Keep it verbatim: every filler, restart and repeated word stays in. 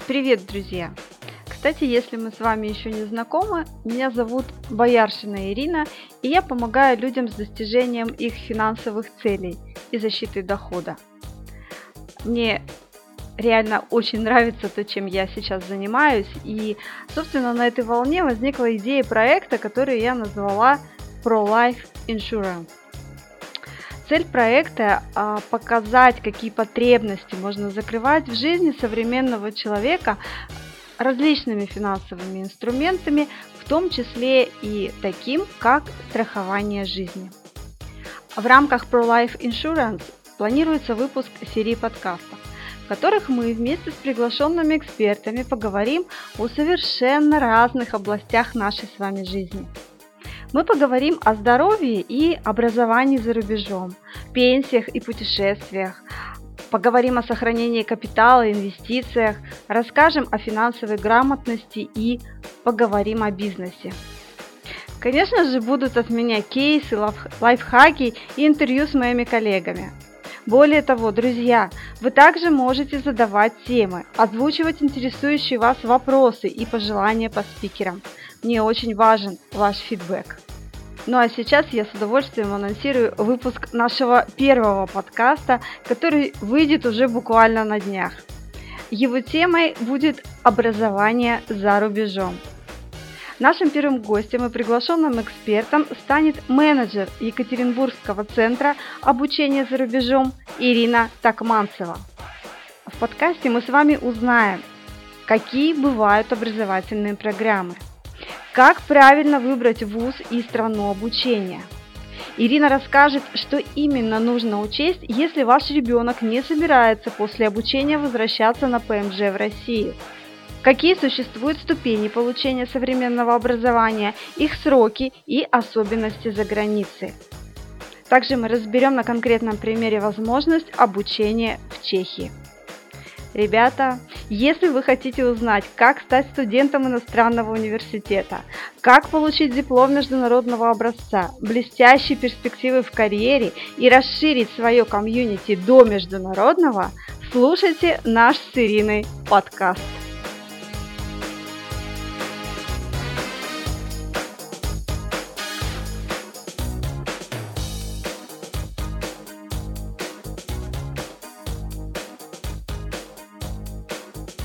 Привет, друзья! Кстати, если мы с вами еще не знакомы, меня зовут Бояршина Ирина, и я помогаю людям с достижением их финансовых целей и защитой дохода. Мне реально очень нравится то, чем я сейчас занимаюсь, и, собственно, на этой волне возникла идея проекта, который я назвала ProLife Insurance. Цель проекта а, – показать, какие потребности можно закрывать в жизни современного человека различными финансовыми инструментами, в том числе и таким, как страхование жизни. В рамках ProLife Insurance планируется выпуск серии подкастов, в которых мы вместе с приглашенными экспертами поговорим о совершенно разных областях нашей с вами жизни. Мы поговорим о здоровье и образовании за рубежом, пенсиях и путешествиях, поговорим о сохранении капитала и инвестициях, расскажем о финансовой грамотности и поговорим о бизнесе. Конечно же, будут от меня кейсы, лайфхаки и интервью с моими коллегами. Более того, друзья, вы также можете задавать темы, озвучивать интересующие вас вопросы и пожелания по спикерам. Мне очень важен ваш фидбэк. Ну а сейчас я с удовольствием анонсирую выпуск нашего первого подкаста, который выйдет уже буквально на днях. Его темой будет образование за рубежом. Нашим первым гостем и приглашенным экспертом станет менеджер Екатеринбургского центра обучения за рубежом Ирина Такманцева. В подкасте мы с вами узнаем, какие бывают образовательные программы, как правильно выбрать вуз и страну обучения. Ирина расскажет, что именно нужно учесть, если ваш ребенок не собирается после обучения возвращаться на ПМЖ в Россию. Какие существуют ступени получения современного образования, их сроки и особенности за границей. Также мы разберем на конкретном примере возможность обучения в Чехии. Ребята, если вы хотите узнать, как стать студентом иностранного университета, как получить диплом международного образца, блестящие перспективы в карьере и расширить свое комьюнити до международного, слушайте наш с Ириной подкаст.